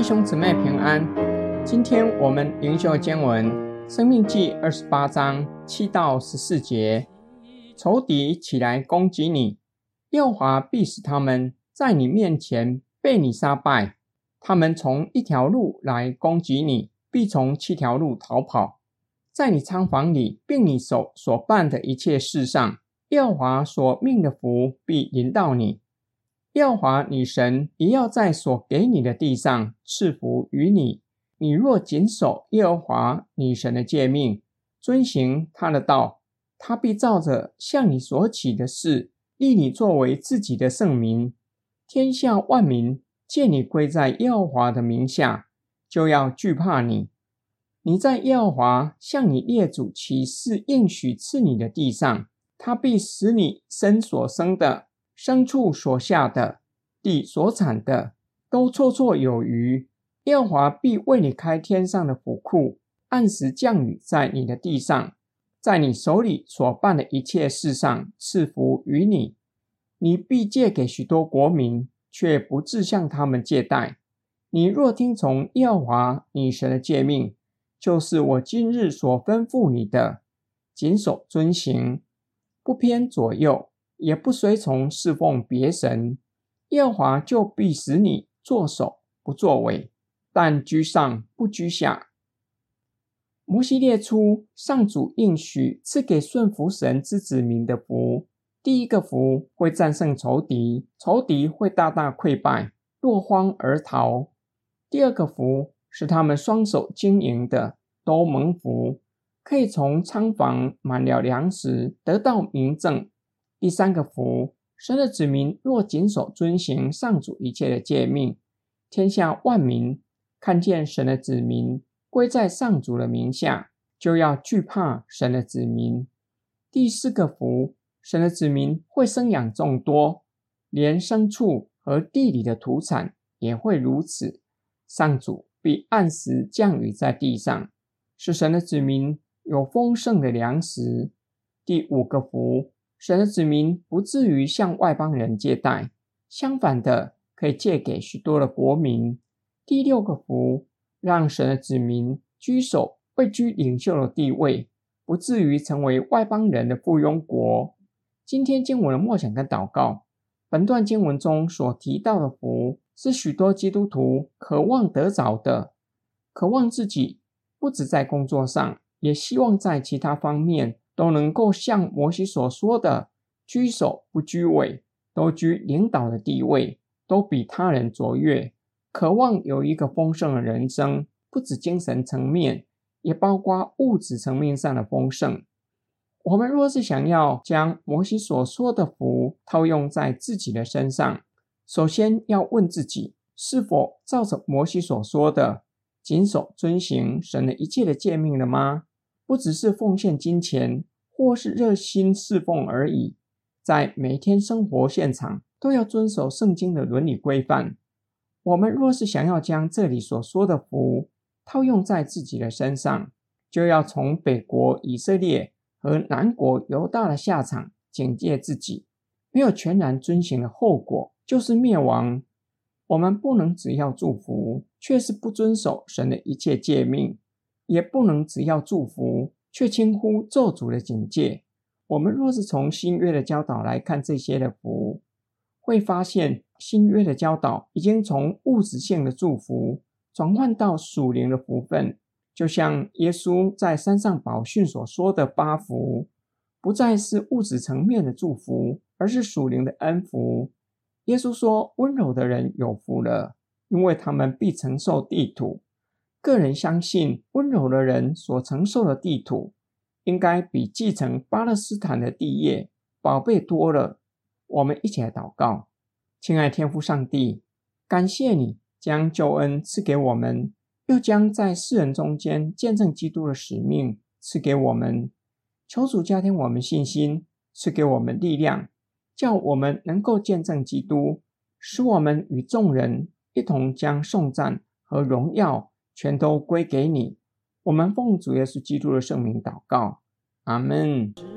兄姊妹平安。今天我们灵修经文申命记28章7到14节。仇敌起来攻击你，耶和华必使他们在你面前被你杀败。他们从一条路来攻击你，必从7条路逃跑。在你仓房里并你手所办的一切事上，耶和华所命的福必临到你。耶和华你神也要在所给你的地上赐福于你。你若谨守耶和华你神的诫命，遵行他的道，他必照着向你所起的事，立你作为自己的圣民。天下万民见你归在耶和华的名下，就要惧怕你。你在耶和华向你列祖起誓应许赐你的地上，他必使你身所生的、牲畜所下的、地所产的，都绰绰有余。耶和华必为你开天上的府库，按时降雨在你的地上，在你手里所办的一切事上赐福于你。你必借给许多国民，却不致向他们借贷。你若听从耶和华你神的诫命，就是我今日所吩咐你的，谨守遵行，不偏左右，也不随从侍奉别神，耶和华就必使你作首不作尾，但居上不居下。摩西列出上主应许赐给顺服神之子民的福。第一个福会战胜仇敌，仇敌会大大溃败，落荒而逃。第二个福是他们双手经营的都蒙福，可以从仓房满了粮食，得到民政。第三个福，神的子民若谨守遵行上主一切的诫命，天下万民看见神的子民归在上主的名下，就要惧怕神的子民。第四个福，神的子民会生养众多，连牲畜和地里的土产也会如此。上主必按时降雨在地上，使神的子民有丰盛的粮食。第五个福，神的子民不至于向外邦人借贷，相反的，可以借给许多的国民。第六个福，让神的子民居首位居领袖的地位，不至于成为外邦人的附庸国。今天经文的默想跟祷告，本段经文中所提到的福，是许多基督徒渴望得着的，渴望自己不只在工作上，也希望在其他方面都能够像摩西所说的，居首不居尾，都居领导的地位，都比他人卓越，渴望有一个丰盛的人生，不只精神层面，也包括物质层面上的丰盛。我们若是想要将摩西所说的福套用在自己的身上，首先要问自己，是否照着摩西所说的，谨守遵行神的一切的诫命了吗？不只是奉献金钱，或是热心侍奉而已，在每天生活现场都要遵守圣经的伦理规范。我们若是想要将这里所说的福套用在自己的身上，就要从北国以色列和南国犹大的下场警戒自己，没有全然遵行的后果就是灭亡。我们不能只要祝福，却是不遵守神的一切诫命，也不能只要祝福，却轻忽咒诅的警戒。我们若是从新约的教导来看这些的福，会发现新约的教导已经从物质性的祝福转换到属灵的福分，就像耶稣在山上宝训所说的8福，不再是物质层面的祝福，而是属灵的恩福。耶稣说，温柔的人有福了，因为他们必承受地土。个人相信，温柔的人所承受的地土，应该比继承巴勒斯坦的地业宝贝多了。我们一起来祷告。亲爱天父上帝，感谢你将救恩赐给我们，又将在世人中间见证基督的使命赐给我们。求主加添我们信心，赐给我们力量，叫我们能够见证基督，使我们与众人一同将颂赞和荣耀全都归给你。我们奉主耶稣基督的圣名祷告，阿们。